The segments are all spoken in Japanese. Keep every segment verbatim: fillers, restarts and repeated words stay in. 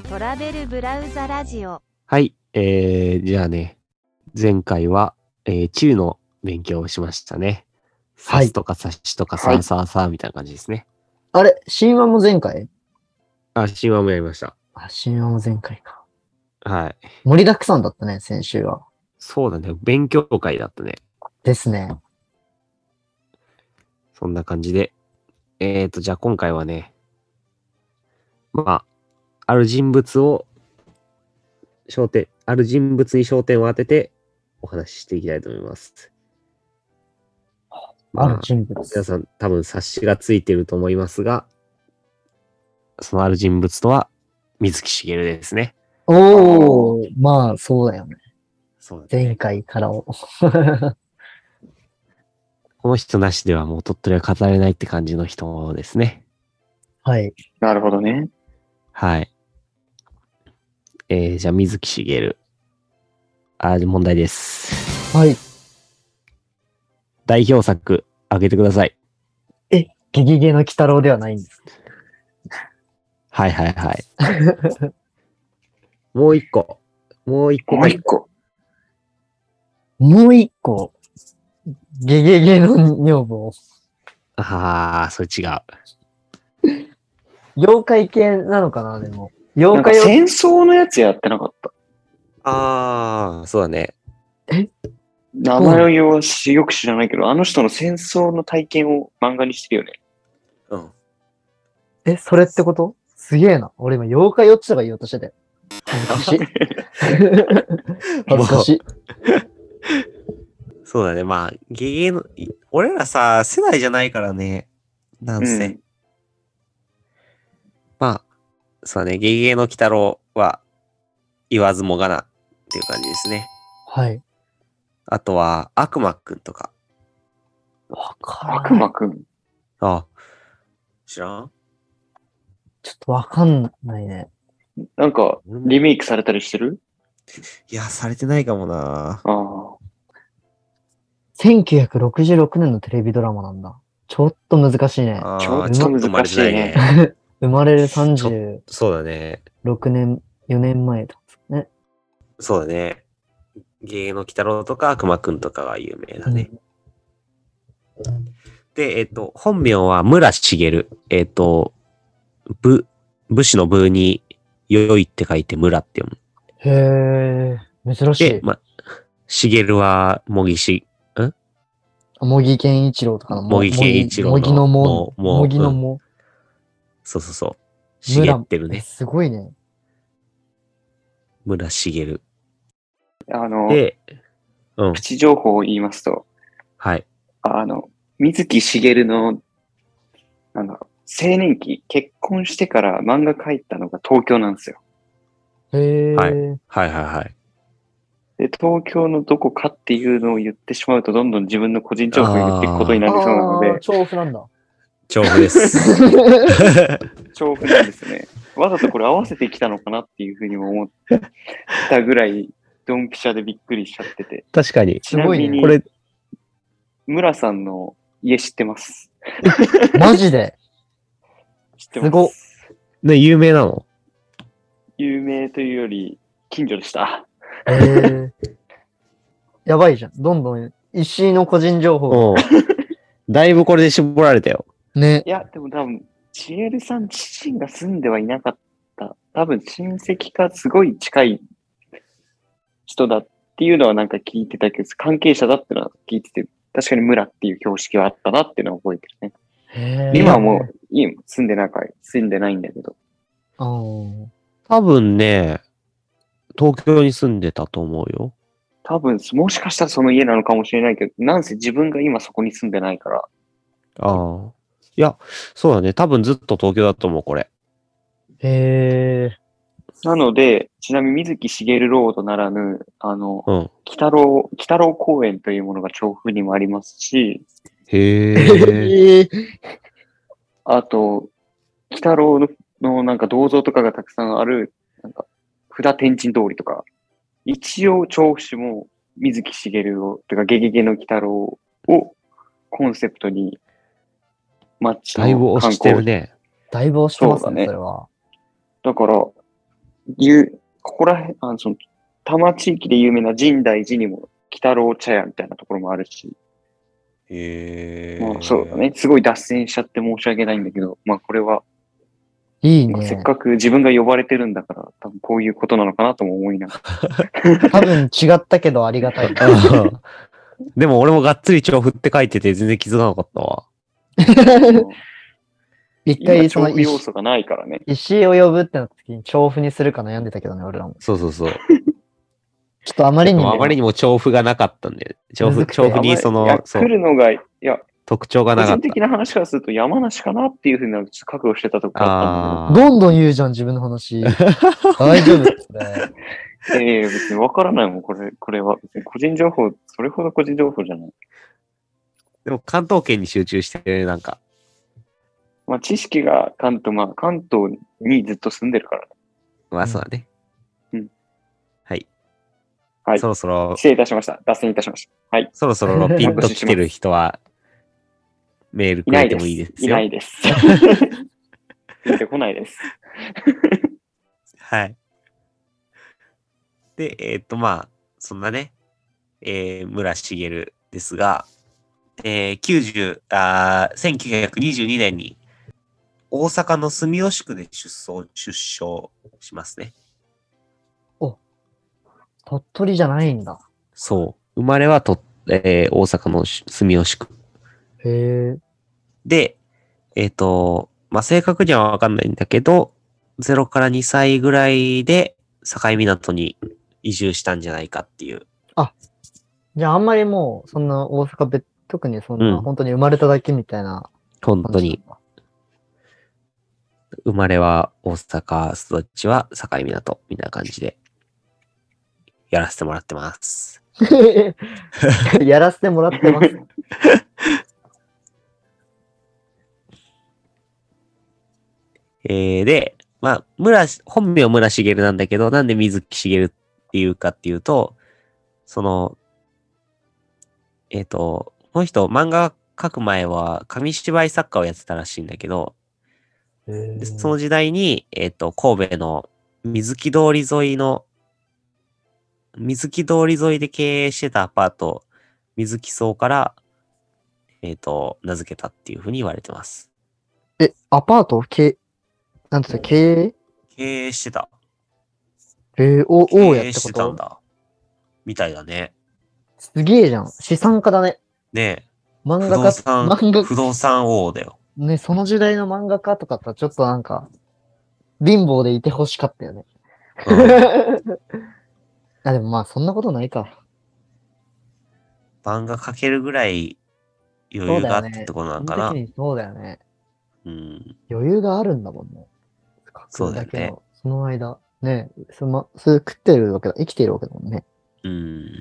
トラベルブラウザラジオ。 はい、えー、じゃあね、前回は、えー、中の勉強をしましたね。 はいサスとかサシとかサはいーサーサーみたいな感じですね。 あれ神話も前回あ、神話もやりました。 あ、神話も前回か。 はい。 盛りだくさんだったね、先週は。 そうだね、勉強会だったね。 ですね。 そんな感じで。えーと、じゃあ今回はね、まあ、ある人物を、焦点、ある人物に焦点を当ててお話ししていきたいと思います。 ある人物。 皆さん多分察しがついていると思いますが、そのある人物とは水木しげるですね。 おー、まあ、そうだよね。 そうだね。 前回からを。 この人なしではもう鳥取は語れないって感じの人ですね。 はい。 なるほどね。 はい。えー、じゃあ水木しげる。あ、問題です。 はい。 代表作、挙げてください。 ゲゲゲの鬼太郎ではないんです。 はいはいはい。もう一個。もう一個。 もう一個。 もう一個。ゲゲゲの女房。 ああ、それ違う。 妖怪系なのかな、でも。 なんか妖怪を。 戦争のやつやってなかった。 ああ、そうだね。 名前をしよく知らないけど、あの人の戦争の体験を漫画にしてるよね。 うん。 え、それってことすげえな。俺今、妖怪ウォッチとか言おうとしてて。恥ずかしい。恥ずかしい。 そうだね。まあ、ゲゲの、い俺らさ、世代じゃないからね。なんせ。 うんまあ、そうだね。ゲゲの鬼太郎は言わずもがなっていう感じですね。 はい。 あとは、悪魔くんとか。 わから悪ない。 魔くん。 あ、知らんちょっとわかんないね。 なんか、リメイクされたりしてる？ いや、されてないかもな。 ああ。 せんきゅうひゃくろくじゅうろくねんのテレビドラマなんだ。ちょっと難しいね。 あーちょっとちょっと生まれてないね。 生まれるさんじゅうそうだね。 ろくねん、よねんまえだね。 そうだね。ゲゲの鬼太郎とか悪魔くんとかが有名だね。で、えっと、本名は村茂。えっと、武、武士の武に良いって書いて村って読む。 へえ、珍しで、 い。 ま、茂は模擬し、ん茂木健一郎とかの茂木健一郎の茂木のも、 もうもう茂木のも。 そうそうそう。茂ってる村えね。 すごいね。 村茂。 あの、 で、うん。 プチ情報を言いますと、 はい。 あの、水木しげるの、なんだろう、青年期、結婚してから漫画描いたのが東京なんですよ。 へえ、 はいはいはいはい。 で、東京のどこかっていうのを言ってしまうと、どんどん自分の個人情報を言っていくことになりそうなのあーで、 調布なんだ。 調布です。 調布なんですね。わざとこれ合わせてきたのかなっていうふうにも思ったぐらい、ドンピシャでびっくりしちゃってて。 確かに。 ちなみに、 これ、 村さんの家知ってます。 マジで。 知ってます。 すごっね、有名なの有名というより、近所でした。 へえ。やばいじゃん。どんどん石井の個人情報が。 うん。だいぶこれで絞られたよ。 ねい。や、でも多分、ちえるさん自身が住んではいなかった。多分、親戚かすごい近い人だっていうのはなんか聞いてたけど、関係者だってのは聞いてて、確かに村っていう標識はあったなっていうのは覚えてるね。 へー今はもう、いい住んでなか住んでないんだけど。 あー多分ね、東京に住んでたと思うよ。 多分、もしかしたらその家なのかもしれないけど、なんせ自分が今そこに住んでないから。 ああ。いや、そうだね。多分ずっと東京だと思う、これ。 へえ。 なので、ちなみに水木しげるロードならぬ、あの、 うん。 鬼太郎、鬼太郎公園というものが調布にもありますし、 へえ。 へえ。 あと、鬼太郎ののなんか銅像とかがたくさんある、なんか、札天神通りとか、一応調布市も水木しげるを、てかゲゲゲの鬼太郎をコンセプトに、街だいぶの観押してる光、 ね。 だいぶ押してますね、 そうだねそれは。 だから、 いうここら辺、あの、その、多摩地域で有名な深大寺にも、鬼太郎茶屋みたいなところもあるし、 へまあそうだね。すごい脱線しちゃって申し訳ないんだけど、まあこれは、 いいまあせっね。 かく自分が呼ばれてるんだから、多分こういうことなのかなとも思いながら。 多分違ったけどありがたい。 でも俺もがっつり調布って書いてて全然気づかなかったわ。 一今、 回その調布要石素がないからね。 石井を呼ぶってなった時に調布にするか悩んでたけどね、俺らも。 そうそうそう。 ちょっとあまりにも。 あまりにも調布がなかったんで、調布、 むずくて調布にそいやの、そう来、るのが、いや、 特徴が個なかった。 人的な話からすると山梨かなっていうふうな覚悟してたところあったんだあどんどん言うじゃん、自分の話。大丈夫ですね。 けど、ええ別にわからないもん、これ、これは。別に個人情報、それほど個人情報じゃない。 でも関東圏に集中してる、なんか。 まあ、知識が関東、まあ、関東にずっと住んでるからね。 まあそうだね。 うん。 はい。 はい。 そろそろ、 失礼いたしました。脱線いたしました。はい。 そろそろピンと来てる人は、メールくれていないです。 もいいですよ。 いないです。出てこないです。 はい。で、えっ、と、まあ、そんなね、えー、村茂ですが、えー、きゅうじゅう、あーせんきゅうひゃくにじゅうにねんに大阪の住吉区で出走、出生しますね。 鳥取じゃないんだ。 そう。生まれはと、えー、大阪の住吉区。 へえ。 で、えっ、と、まあ、正確にはわかんないんだけど、ゼロからにさいぐらいで境港に移住したんじゃないかっていう。 じゃああんまりもう、そんな大阪別、特にそんな、 うん本当に生まれただけみたいな本当に。 感じなんだ。 生まれは大阪、育ちは境港みたいな感じでやらせてもらってます。 やらせてもらってます。 えー、で、まあ、村、本名村茂なんだけど、なんで水木しげるっていうかっていうと、その、えっ、と、この人漫画描く前は紙芝居作家をやってたらしいんだけど、でその時代に、えっ、と、神戸の水木通り沿いの、水木通り沿いで経営してたアパート、水木荘から、えっ、と、名付けたっていうふうに言われてます。 え、アパート経、なんて言った経営経営してた。 えー、お、 経おうやって営しことてたんだ。みたいだね。 すげえじゃん。資産家だね。 ねえ。不漫画家、 動産、 漫画、 不動産王だよ。 ね、その時代の漫画家とかだったらちょっとなんか、貧乏でいてほしかったよね。 うんあ、でもまあそんなことないか。 漫画描けるぐらい余裕があったってことなのかな。 その時にそうだよね。 うん。 余裕があるんだもんね。 そうだよね書くけのその間、ね、その、それ食ってるわけだ、生きてるわけだもんね。 うん。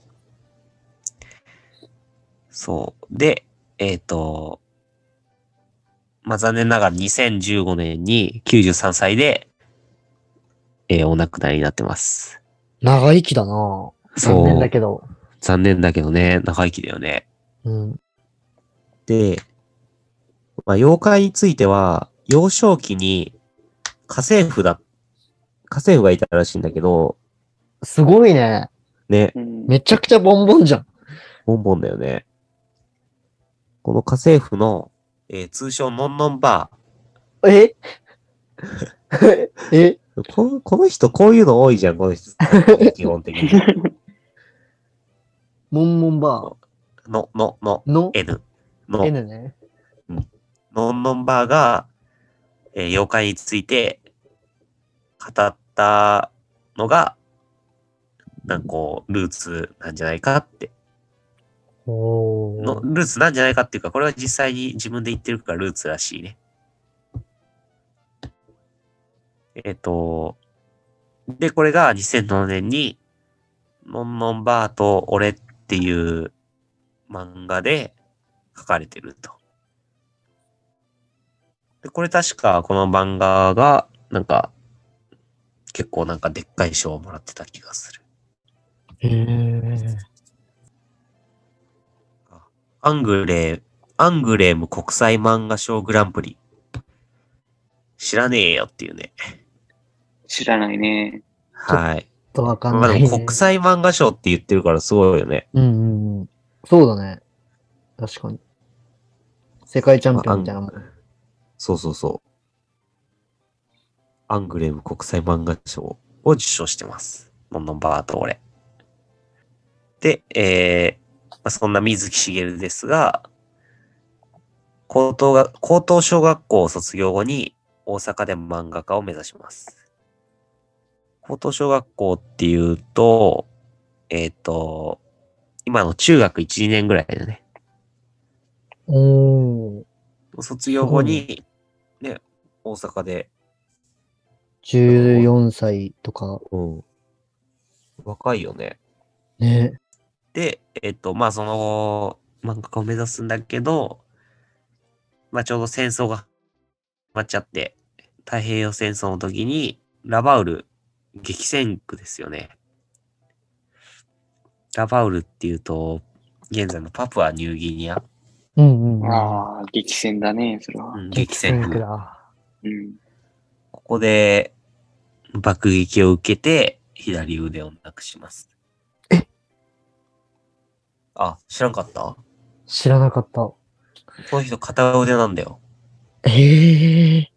そう。で、えっ、と、まあ、残念ながらにせんじゅうごねんにきゅうじゅうさんさいで、えーお亡くなりになってます。 長生きだなぁ。 そう残念だけど。 残念だけどね、長生きだよね。 うん。 で、まあ、妖怪については、幼少期に家政婦だ、家政婦がいたらしいんだけど、 すごいね。 ね、 うんめちゃくちゃボンボンじゃん。 ボンボンだよね。この家政婦の、えー通称のんのんばええーこ。この人、こういうの多いじゃん、この人。基本的に。 モンモンバの、の、の、 ーの N の、 N ね。 のんのんばーが、えー妖怪について語ったのが、なんかこう、ルーツなんじゃないかって。 おの、ルーツなんじゃないかっていうか、これは実際に自分で言ってるからルーツらしいね。えっと、で、これがにせんななねんに、のんのんばーと俺っていう漫画で書かれてると。で、これ確かこの漫画が、なんか、結構なんかでっかい賞をもらってた気がする。 へえ。 アングレー、アングレーム国際漫画賞グランプリ。知らねえよっていうね。 知らないね。 はい。 ちょっとわかんまあない、ね。 でも国際漫画賞って言ってるからすごいよね。 うんうんうん。そうだね。確かに。世界チャンピオンみたいなもん。 まあアンそうそうそう。アングレム国際漫画賞を受賞してます。モンノンバーと俺。で、えーまあ、そんな水木しげるですが、高等が、高等小学校を卒業後に大阪で漫画家を目指します。高等小学校っていうと、えっ、と、今の中学いち、にねんぐらいだよね。 おー。 卒業後に、ね、大阪で、 じゅうよんさいとか。 うん、若いよね。 ね。 で、えっ、と、まあ、その、漫画家を目指すんだけど、まあ、ちょうど戦争が始まっちゃって、太平洋戦争の時に、ラバウル、激戦区ですよね。ラバウルっていうと、現在のパプアニューギニア、 うんうんうん。 ああ、激戦だね、それは。 うん、 激激戦区。 戦区だ。 うん。 ここで爆撃を受けて左腕をなくします。 えあ、知らんかった？ 知らなかった。 この人片腕なんだよ。 ええ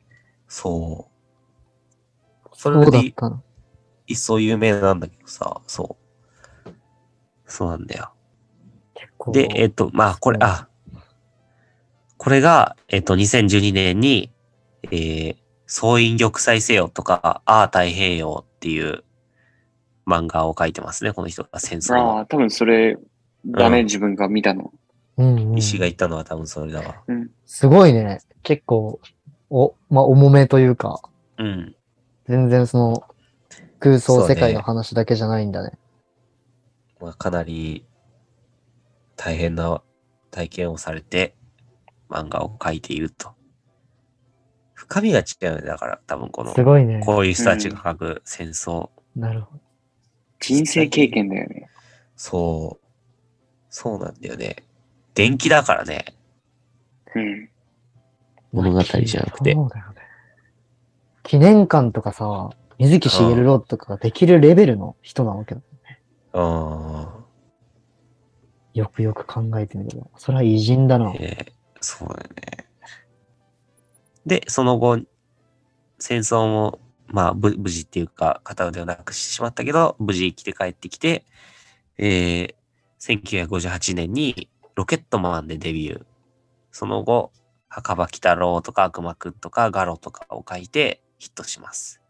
そう。そそうれでだったの。 一層有名なんだけどさ、そう。そうなんだよ。 結構。 で、えっ、と、まあ、これ、あ、これが、えっ、と、にせんじゅうにねんに、えー、総員玉砕せよとか、ああ太平洋っていう漫画を描いてますね、この人が戦争の。 ああ、多分それだね、 うん自分が見たの。 うんうん、 石が言ったのは多分それだわ。 うん。 すごいね。結構、お、まあ、重めというか、 うん。 全然その、空想世界のそうね話だけじゃないんだね。 まあ、かなり大変な体験をされて漫画を描いていると。深みが違うよね。だから多分この、 すごいね。 こういう人たちが描く戦争。 なるほど。 人生経験だよね。 そう。そうなんだよね。伝記だからね。 うん。 物語じゃなくて。 そうだよね。記念館とかさ、水木しげるロードとかができるレベルの人なわけだ。 あよくよく考えてみれば。それは偉人だなあ、。えーそうだよね。で、その後、戦争も、まあ、ぶ無事っていうか、片腕をなくしてしまったけど、無事生きて帰ってきて、えー、せんきゅうひゃくごじゅうはちねんにロケットマンでデビュー。その後、墓場鬼太郎とか悪魔くんとかガロとかを書いてヒットします。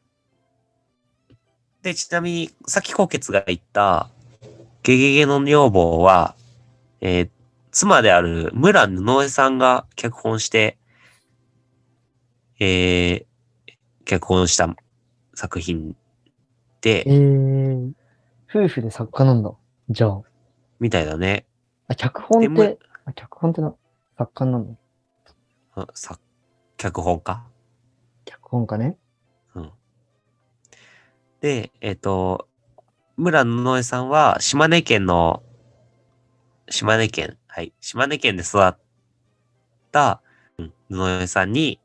で、ちなみに、さっき高傑が言った、ゲゲゲの女房は、えー妻である村布江さんが脚本して、えー、脚本した作品で、 えー、夫婦で作家なんだ。じゃあ。 みたいだね。 あ、脚本っでむて、あ、脚本ってな、作家なんだ。 あさ脚本家脚本家ね。 うん。で、えっ、と、村布江さんは島根県の、島根県、はい、島根県で育った、うん布江さんに、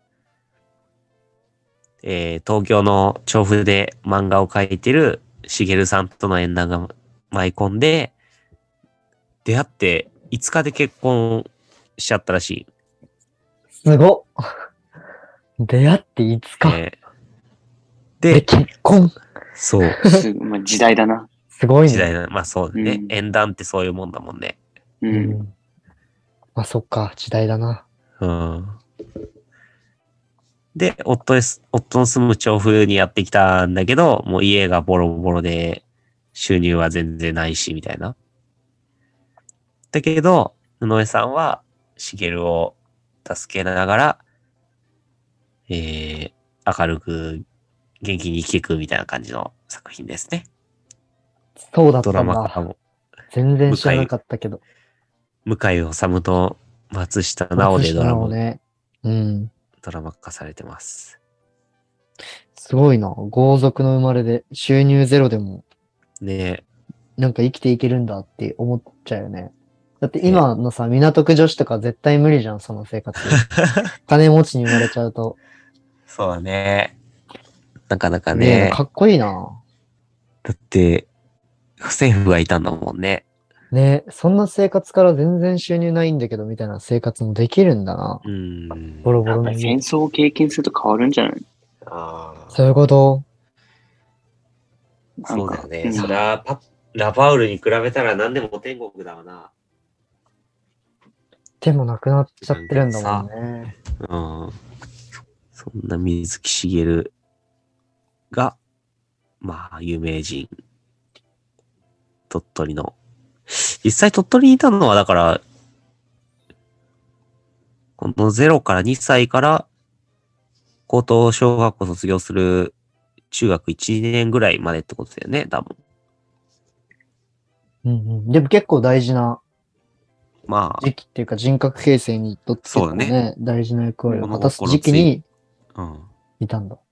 えー東京の調布で漫画を描いてるしげるさんとの縁談が舞い込んで、出会っていつかで結婚しちゃったらしい。 すごっ。出会っていつか。 えーで、 で、 結婚。 そう、 すまあ、時代だな。 すごいね。 時代だ。まあそうだね。 うん縁談ってそういうもんだもんね。 う。 うんん。まあそっか、時代だな。 うん。で、夫です、夫の住む調布にやってきたんだけど、もう家がボロボロで、収入は全然ないし、みたいな。だけど、布江さんは、茂を助けながら、えー、明るく、元気に生きていくみたいな感じの作品ですね。 そうだったんドラマ化だ。 も、 全然知らなかったけど。 向井治と松下奈緒でドラマ、 松下奈緒ね。うん。 ドラマ化されてます。 すごいな。豪族の生まれで収入ゼロでもねなんか生きていけるんだって思っちゃうよね。だって今のさ、港区女子とか絶対無理じゃん、その生活。金持ちに生まれちゃうと。 そうだね。 なかなかね。 ねえかっこいいな。 だって、政府がいたんだもんね。 ねえそんな生活から全然収入ないんだけどみたいな生活もできるんだな。 うん。 ボロボやっぱりロの家戦争を経験すると変わるんじゃない？ ああ。 そういうことそうだよね。 うんそりゃ、パラパウルに比べたら何でも天国だわな。 手もなくなっちゃってるんだもんね。 うん。そんな水木しげるが、まあ、有名人。鳥取の。実際鳥取にいたのは、だから、このゼロからにさいから高等小学校卒業する中学いち、にねんぐらいまでってことだよね、多分。 うんうん、でも結構大事なま時期っていうか人格形成にとって結構そうだねね、大事な役割を果たす物心時期にあ、うん。 いたんだ。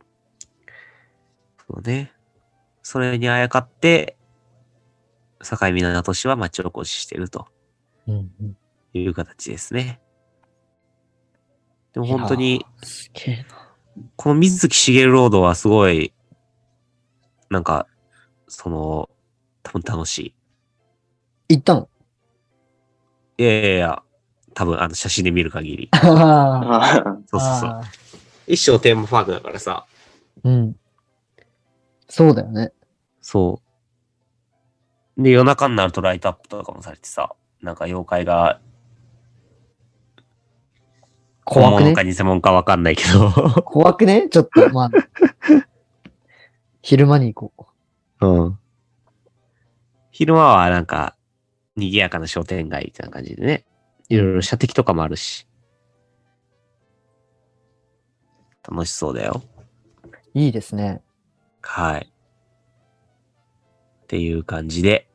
そうね。それにあやかって、境港市は町おこししてるとうんうん、 いう形ですね。でも本当に、 いやーすげえな。 この水木しげるロードはすごい、なんか、その、多分楽しい。 行ったのいやいやいや、多分あの写真で見る限り。 ああそうそうそう。 あ一生テーマパークだからさ。 ーうん。そうだよね。 そう。で、夜中になるとライトアップとかもされてさ、なんか妖怪が、 怖くね本物か偽物かわかんないけど。 怖くねちょっと、まあ、昼間に行こうん。昼間はなんか、賑やかな商店街みたいな感じでね。いろいろ射的とかもあるし。楽しそうだよ。 う。いいですね。 はい。っていう感じで。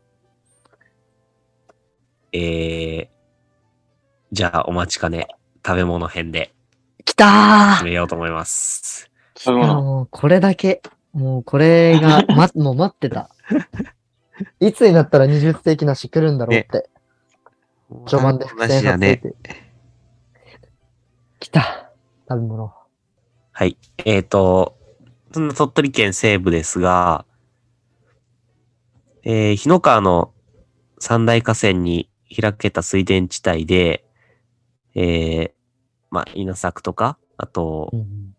えー、じゃあお待ちかね、食べ物編で来たー進めようと思います。 来たもう、これだけ。もう、これが、ま、もう待ってた。いつになったらにじゅっ世紀梨来るんだろうって。序盤で伏線張っていて。来た。食べ物。 はい。えっ、ー、と、そんな鳥取県西部ですが、えー、日野川の三大河川に開けた水田地帯で、えー、まあ、稲作とか、あと、 うん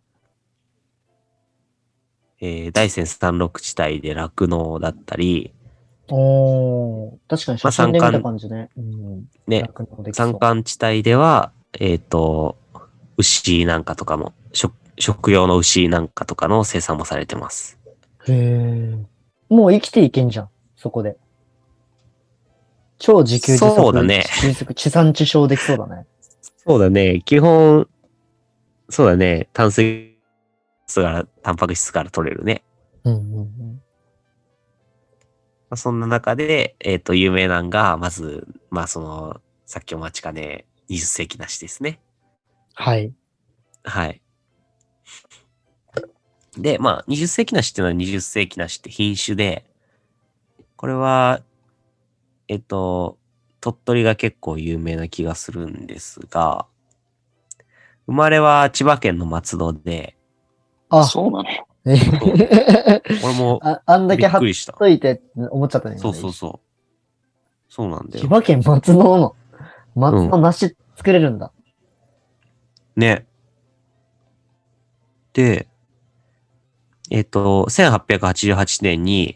えー、大山山麓地帯で酪農だったり、 おー、確かに写真で見た感じね。うん、 ね、 酪農できそう山間地帯では、えっ、と、牛なんかとかも、食食用の牛なんかとかの生産もされてます。 へー。もう生きていけんじゃん、そこで。超自給自足。 そうだね自足地産地消できそうだね。 そうだね。基本、そうだね。炭水質から、タンパク質から取れるね。 うんうんうん。 まあ、そんな中で、えっ、と、有名なんが、まず、まあ、その、さっきお待ちかね、にじゅっ世紀梨ですね。 はい。 はい。で、まあ、にじゅっ世紀梨っていうのはにじゅっ世紀梨って品種で、これは、えっと、鳥取が結構有名な気がするんですが、生まれは千葉県の松戸で、 あ、 そうなの？ え俺もあ、あんだびけ貼っっくりした。 といてって思っちゃったね。 そうそうそう。そうなんだ千よ。 葉県松戸の、松戸梨作れるんだ。 ね。で、えっと、せんはっぴゃくはちじゅうはちねんに、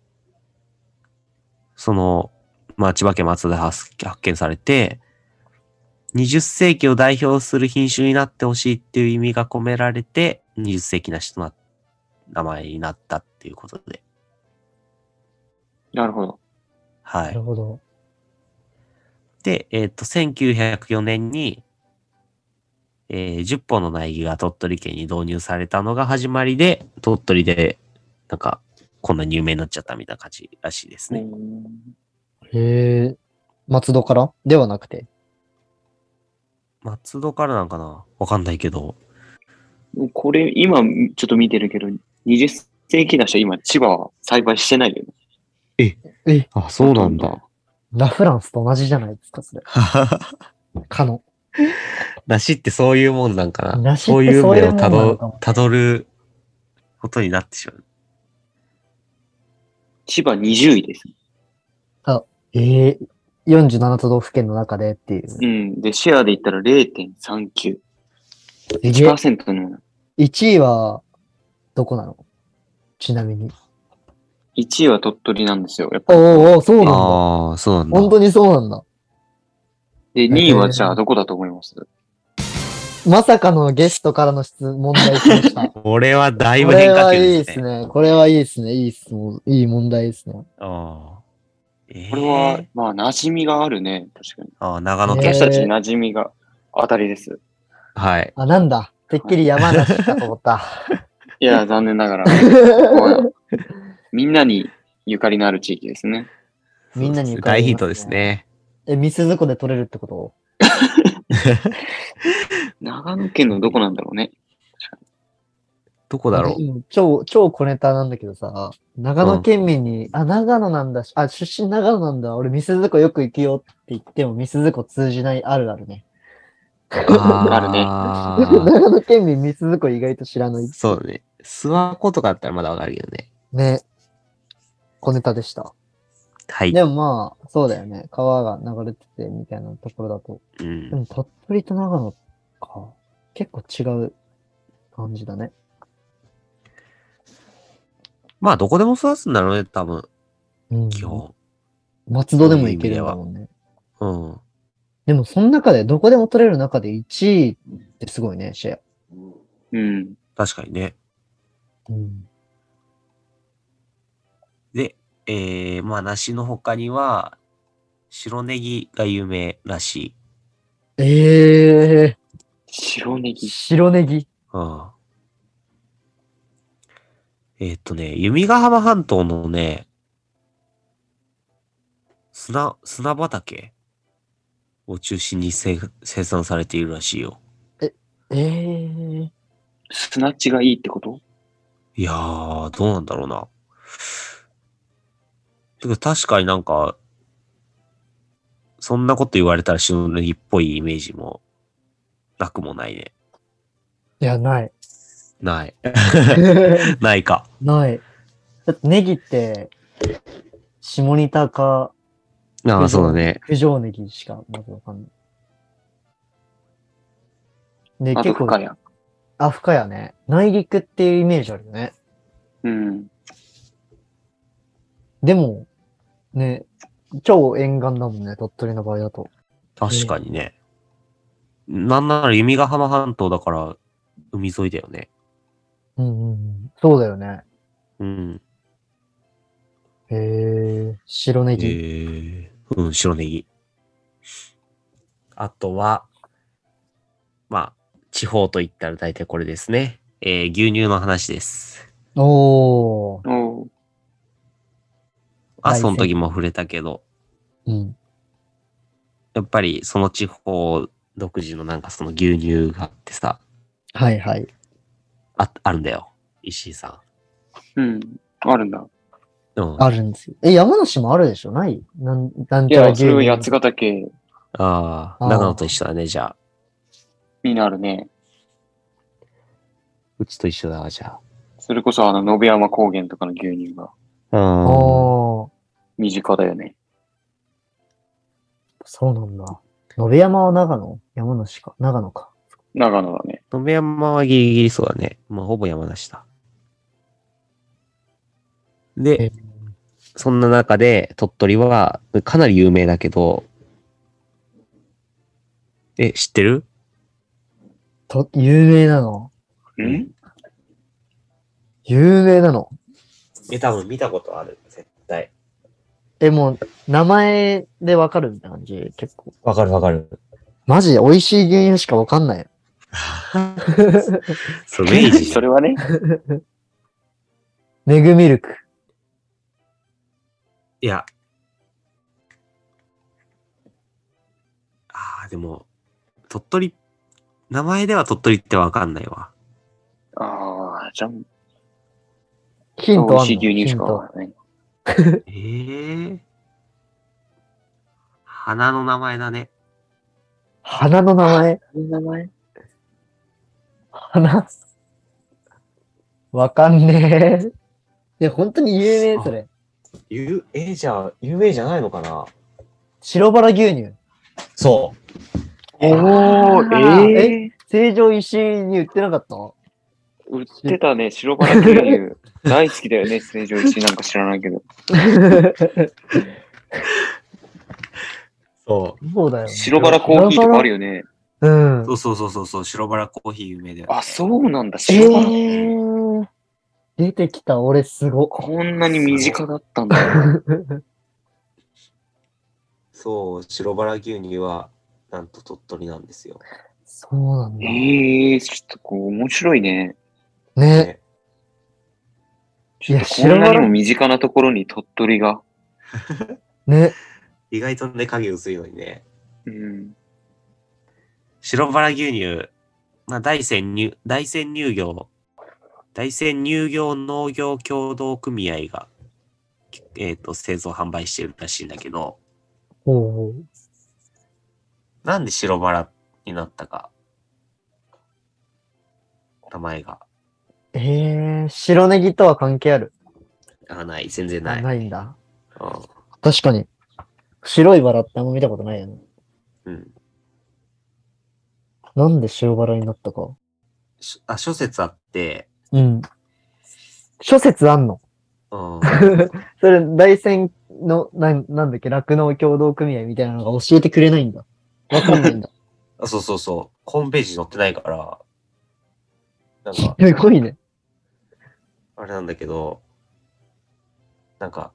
その、まあ、千葉県松戸で発発見されて、にじゅっ世紀を代表する品種になってほしいっていう意味が込められて、にじゅっ世紀梨とな、名前になったっていうことで。 なるほど。 はないる。ほど。 で、えっと、せんきゅうひゃくよねんに、えー、じゅっぽんの苗木が鳥取県に導入されたのが始まりで、鳥取で、なんか、こんなに有名になっちゃったみたいな感じらしいですね。 へえ。松戸からではなくて。 松戸からなんかなわかんないけど。 これ、今、ちょっと見てるけど、にじゅっ世紀梨は今、千葉は栽培してないよね。 え、 あ、 そうなんだ。 ラフランスと同じじゃないですか、それ。かの。 梨ってそういうもんなんかな梨ってそういう運命をたそういうもんなのかもど、たどることになってしまう。 千葉にじゅういです。 ええー、よんじゅうなな都道府県の中でっていう。 うん。で、シェアで言ったら れいてんさんきゅう。 えげいちパーセント の、 いちいは、どこなのちなみに。 いちいは鳥取なんですよ。やっぱり。 おーおー、そうなんだ。 ああ、そうなんだ。 本当にそうなんだ。 で、にいはじゃあどこだと思いますまさかのゲストからの質問題でした。 これはだいこぶ変化れはいい球でね。 ですすね。これはいいですね。いい質問、いい問題ですね。 ああ。ええこれは、まあ、馴染みがあるね。確かに。 ああ、長野えー県。 私たちに馴染みが当たりです。 はい。 あ、なんだ。てっきり山梨かと思った。 いや、残念ながら、ここはみんなにゆかりのある地域ですね。 みんなにそうですねゆかりありますね大ヒントですね。 え、ミスズコで取れるってこと？ 長野県のどこなんだろうね。 どこだろう。 うん超、超小ネタなんだけどさ、長野県民に、あ、長野なんだし、あ、出身長野なんだ、俺ミスズコよく行くよって言ってもミスズコ通じないあるあるね。 あるねあ長野県民ミスズコ意外と知らないあ、。そうだね。諏訪湖とかだったらまだわかるけどね。 ね。小ネタでした。 はい。 でもまあ、そうだよね。川が流れててみたいなところだと。 うんでも鳥取と長野か。結構違う感じだね。 まあ、どこでも育つんだろうね、多分、 うん。 基本。 松戸でも行けるんだもんね。 うん。 でもその中で、どこでも取れる中でいちいってすごいね、シェア。 うん。 確かにね。 うん。 で、えー、まあ、梨の他には、白ネギが有名らしい。 ええー、 白ネギ。 白ネギ。 うん。えーっとね、弓ヶ浜半島のね、砂、砂畑を中心に生生産されているらしいよ。 ええー、 砂地がいいってこと？ いやー、どうなんだろうな。てか確かになんか、そんなこと言われたら白ネギっぽいイメージもなくもないね。 いや、ない。 ない。ないか。 ない。だってネギって、下仁田か、 ああ、そうだね。 九条ネギしかまずわかんない。で、 あと結構、 深谷。 あ、深谷ね。内陸っていうイメージあるよね。 うん。 でも、ね、超沿岸だもんね、鳥取の場合だと。 確かにね。なんなら弓ヶ浜半島だから海沿いだよね。 うんうんうん。そうだよね。 うん。 へえ、白ネえギ。 ー、うん、白ネギ。あとは、まあ、地方といったら大体これですね。えー、牛乳の話です。 おー。 おーあ、その時も触れたけど、 うん。 やっぱりその地方独自のなんかその牛乳があってさ、 はいはい。 あ、あるんだよ。石井さうん。あるんだ。 ん。うん。 あるんですよ。え、山梨もあるでしょないなん、なんいや、 ちゃら牛乳。 それは八ヶ岳ああ、 あー長野と一緒だね、じゃあ。 になるね。 うちと一緒だわ、じゃそれこそあの、野辺山高原とかの牛乳があ。うん。 おー。 身近だよね。 そうなんだ。野辺山は長野山梨か。長野か。 長野だね。 野辺山はギリギリそうだね。まあ、ほぼ山梨だ。 えで、そんな中で鳥取はかなり有名だけど、え、知ってる？ と、有名なのん有名なのえ、多分見たことある。絶対。 え、もう、名前でわかるみたいな感じ結構。 わかるわかる。 マジで美味しい牛乳しかわかんない。 そう、明治。 それはね。 メグミルク。 いや。ああ、でも、鳥取、名前では鳥取ってわかんないわ。 ああ、じゃあ、 ヒントあんの美味しい牛乳しヒント。 かわからない。 ええ花の名前だね。 花の名前名前花わかんねえ。いや、本当に有名それ。 ゆえー、じゃあ、有名じゃないのかな。 白バラ牛乳。 そおー、 あーえー、 成城石井に売ってなかった売ってたね、白バラ牛乳。大好きだよね、成城石井なんか知らないけど。 う。そそうだよね。 白バラコーヒーとかあるよね。 うんう。。そうそうそうそうそう、白バラコーヒー有名だよ。 あ、そうなんだ、 え白バラ。 ー、出てきた、俺すご。 こんなに身近だったんだ。 そう、白バラ牛乳は、なんと鳥取なんですよ。 そうなんだ。 ええー、ちょっとこう、面白いね。 ね。 ね、 ちょっとこんなにも身近なところに鳥取が。 ね。 意外とね、影薄いのにね。 うん。 白バラ牛乳、まあ、大山乳、大山乳業、大山乳業農業協同組合が、えっ、と、製造販売してるらしいんだけど、 ほうほう。 なんで白バラになったか。名前が。 えー、白ネギとは関係ある？ あ、ない、全然なあ、 い。 ないんだ。 うん確かに。白いバラってあんま見たことないよね。 うん。 なんで白バラになったか。 しあ、諸説あって、 うん。諸説あんの？ うん、 それ、大山の、なん、なんだっけ、酪農協同組合みたいなのが教えてくれないんだ。わかんないんだ。 あ、そうそうそう。ホームページに載ってないから、なんか、 すごいね。 あれなんだけど、なんか、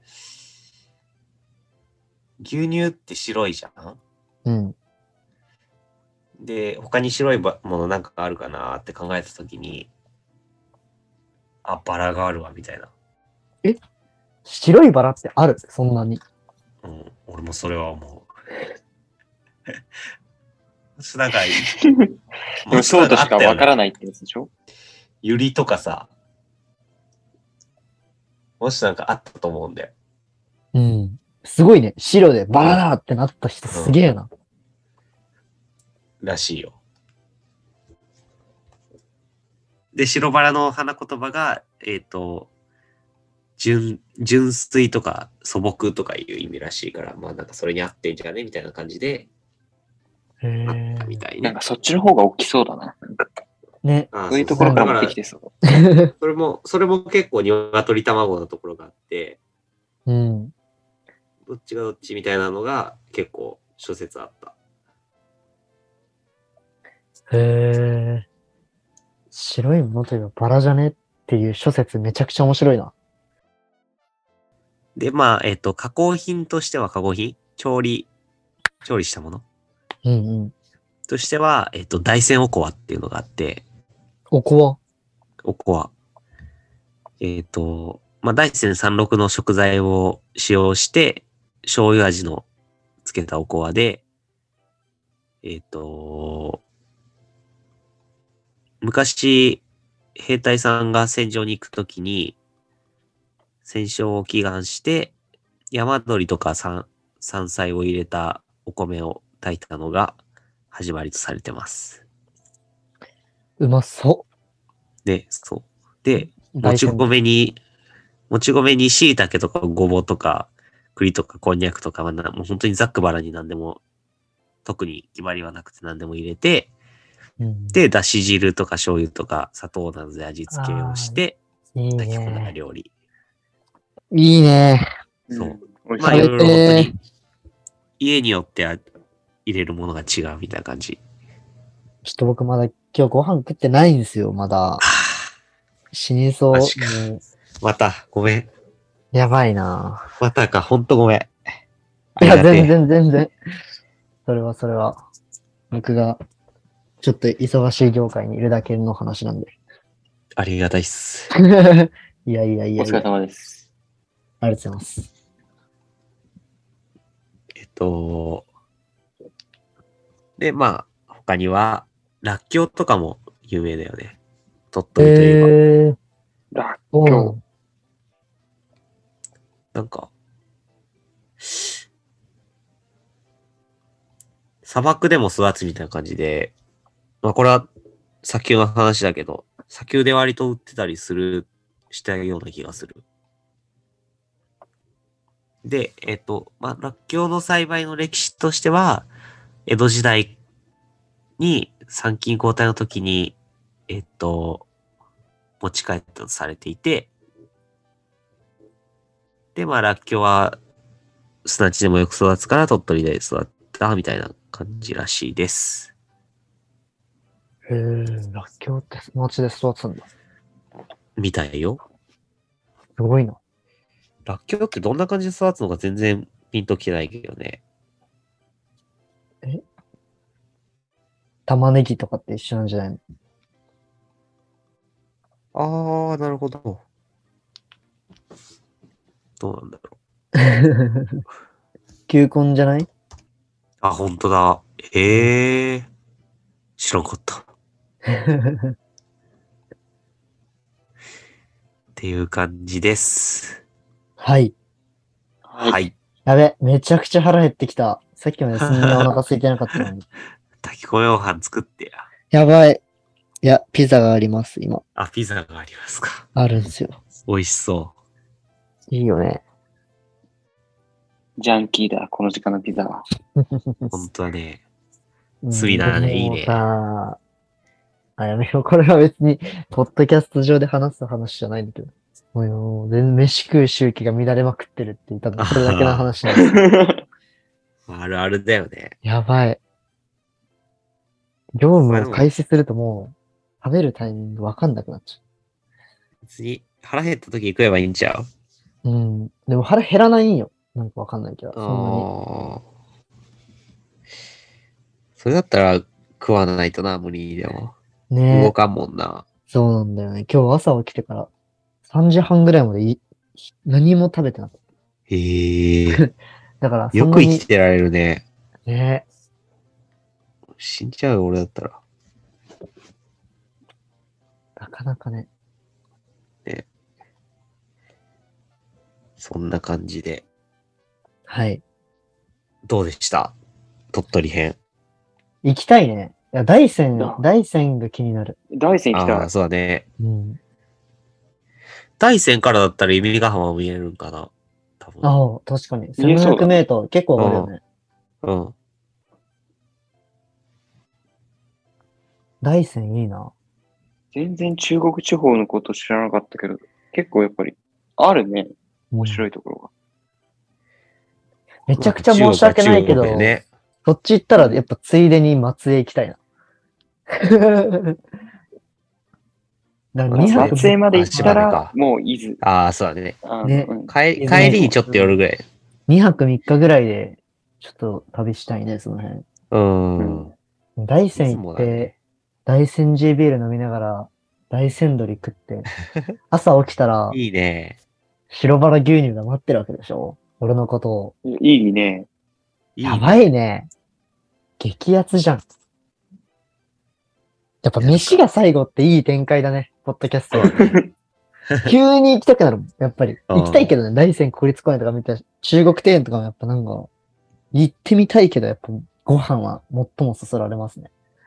牛乳って白いじゃん。 うん。 で、他に白いばものなんかあるかなって考えたときに、あ、バラがあるわ、みたいな。 白いバラってある？そんなに。 うん、俺もそれは思う。しなんか、 でもそうとしかわからない。 ないってやつでしょ？ ユリとかさ、もしなんかあったと思うんだよ。 うん。すごいね。白でバラだってなった人すげえな。 らしいよ。で、白バラの花言葉が、えっ、と、純、純粋とか素朴とかいう意味らしいから、まあなんかそれに合ってんじゃねみたいな感じで、 へあったえ。 みたいねなんか。そっちの方が大きそうだな。なんかね。 ああそういうところからだ持ってきてそう。 それも、それも結構鶏卵のところがあって、 うん。 どっちがどっちみたいなのが結構諸説あった。 へえ。白いものといえばバラじゃねっていう諸説めちゃくちゃ面白いな。 で、まあ、えっ、と、加工品としては加工品調理、調理したものうんうん。 としては、えっ、と、大山おこわっていうのがあって、 おこわ。 おこわ。えっ、と、まあ、大山三六の食材を使用して、醤油味のつけたおこわで、えっ、と、昔、兵隊さんが戦場に行くときに、戦勝を祈願して、山鳥とか山山菜を入れたお米を炊いたのが始まりとされてます。 うまそで、そう。で、 う。 もち大山米に、もち米に椎茸とかごぼうとか栗とかこんにゃくとかはな、もう本当にざっくばらに何でも、特に決まりはなくて何でも入れて、 うん、 で、だし汁とか醤油とか砂糖などで味付けをして、 いい炊き込んだね。 料理。 いいね。 そう。 ん。美味しまあ、 そういろいろ本当食べに、家によっては入れるものが違うみたいな感じ。 ちょっと僕まだ今日ご飯食ってないんですよ、まだ。死にそう。 マジかもうまた、ごめん。 やばいな。 またか、ほんとごめん。 いや、 ありがてえ全然全然。それはそれは。僕が、ちょっと忙しい業界にいるだけの話なんで。 ありがたいっす。 いやいやいやいや。 お疲れ様です。 ありがとうございます。 えっと、で、まあ、他には、らっきょうとかも有名だよね。鳥取といえば。 えー、 らそうなの今日、 なんか、砂漠でも育つみたいな感じで、まあこれは砂丘の話だけど、 砂丘で割と売ってたりする、したような気がする。で、えっと、まあ、らっきょうの栽培の歴史としては、江戸時代に参勤交代の時に、えっと、持ち帰ったとされていて、で、まあ、らっきょうは砂地でもよく育つから鳥取で育ったみたいな感じらしいです。 へえ、らっきょうって町で育つんだ。 みたいよ。 すごいな。 らっきょうってどんな感じで育つのか全然ピンときてないけどね。 え玉ねぎとかって一緒なんじゃないの？ あー、なるほど。どうなんだろう。 球根じゃない？ あ、ほんとだ。へえ。知らんかった。っていう感じです。 はい。 はい。 はい。 やべ、めちゃくちゃ腹減ってきた。さっきまでそんなお腹空いてなかったのに。 炊き込みご飯作ってや。 やばい。いや、ピザがあります、今。 あ、ピザがありますか。 あるんですよ。 美味しそいいよね。 ジャンキーだ、この時間のピザは。 う。ほんとはね。 うん罪だねでもいいねさあ、やめよう。これは別に、ポッドキャスト上で話す話じゃないんだけど。もうよ、全然飯食う周期が乱れまくってるって言ったの、それだけの話なんです。 あるあるだよね。 やばい。業務を開始するともう、食べるタイミングわかんなくなっちゃ別に腹減った時食えばいいんちゃう？ う。うん。でも腹減らないんよ。なんかわかんないけど、そんなに。 あーそれだったら食わないとな、無理でも。 ね動かんもんな。 そうなんだよね。今日朝起きてからさんじはんぐらいまでい何も食べてなかっへえ。 た。だからそよんなにく生きてられるね。 ね死んじゃうよ、俺だったら。 なかなかね。 そんな感じで。 はい。 どうでした鳥取編。 行きたいね。いや、大山あ、 大山が気になる。 大山来たああ、。そうだね。 うん。 大山からだったら弓ヶ浜も見えるんかな多分。 ああ、確かに。 見えそうだせんごひゃくメートル結構上がるよね。 うん。 大山いいな。 全然中国地方のこと知らなかったけど、結構やっぱり、あるね。面白いところが。 めちゃくちゃ申し訳ないけど、 中国ね。 そっち行ったらやっぱついでに松江行きたいな。だからにはく松江まで行ったあ島根らか、 もう伊豆。 ああ、そうだね。 あねうん帰り、 いいね帰りにちょっと寄るぐらい。 にはくみっかぐらいで、ちょっと旅したいね、その辺。 うーん。 大山いつも行って、 だね大山寺ビール飲みながら、大山鶏食って、朝起きたら、 いいね。 白バラ牛乳が待ってるわけでしょ？俺のことを。 いいね。 いいねやばいね。激アツじゃん。やっぱ飯が最後っていい展開だね、ポッドキャストは。急に行きたくなるもん、やっぱり。 うん行きたいけどね、大山国立公園とか見た中国庭園とかもやっぱなんか、行ってみたいけど、やっぱご飯は最もそそられますね。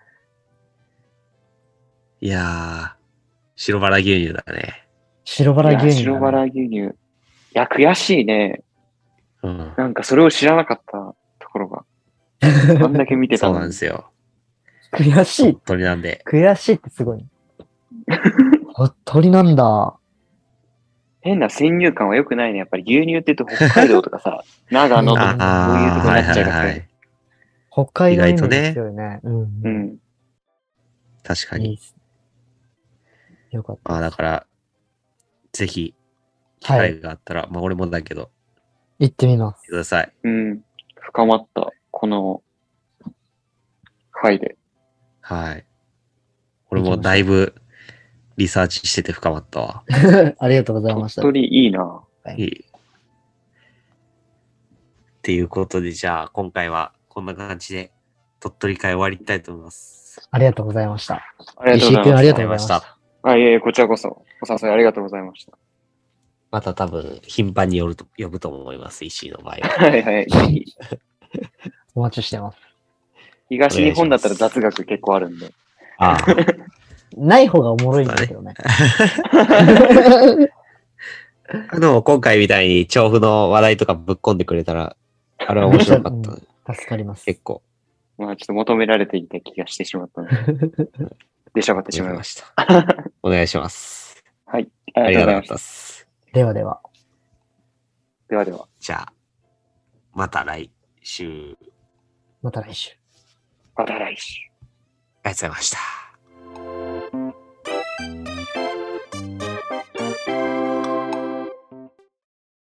いやー、白バラ牛乳だね。 白バラ牛乳、 いやね。 白バラ牛乳。いや、悔しいね。 うん。 なんかそれを知らなかったところが。あんだけ見てたそうのに。 なんですよ。 悔しい鳥。取なんで。 悔しいってすごい、ね。鳥取なんだ。 変な先入観は良くないね。やっぱり牛乳って言うと北海道とかさ、長野とかあそういうとこにはいなっちゃうから。 はいはい。 北海道イメージ意外とね強いね。うん。 ううん。 ん。 確かに。 いいっすね。よかった。 まあだから、ぜひ、機はい。 会があったら、まあ俺もだけど、 行ってみます。 ください。 うん。深まった。この回で。 はい。俺もだいぶリサーチしてて深まったわ。 ありがとうございました。 鳥取いいな。 はいいい。っていうことで、じゃあ今回はこんな感じで鳥取会終わりたいと思います。 ありがとうございました。 ありがとうござい石井君ありましがとうございました。 た。 た。あ、いえいえ、こちらこそ。お誘いありがとうございました。 また多分頻繁に呼ぶと呼ぶと思います、石井の場合は。 はいはい。ぜひ。 お待ちしてます。 東日本だったら雑学結構あるんで。 ああ。 ない方がおもろいんだけどね。 あの、今回みたいに調布の話題とかぶっ込んでくれたら、あれは面白かった。 うん助かります。 結構。 まあちょっと求められていた気がしてしまったので、出しゃばってしまいましました。お願いします。 た。はい。 あありりがとうございまがとうございました。 す。 ではでは。 ではでは。 じゃあ、また来週。 また来週。 また来週。 ありがとうございました。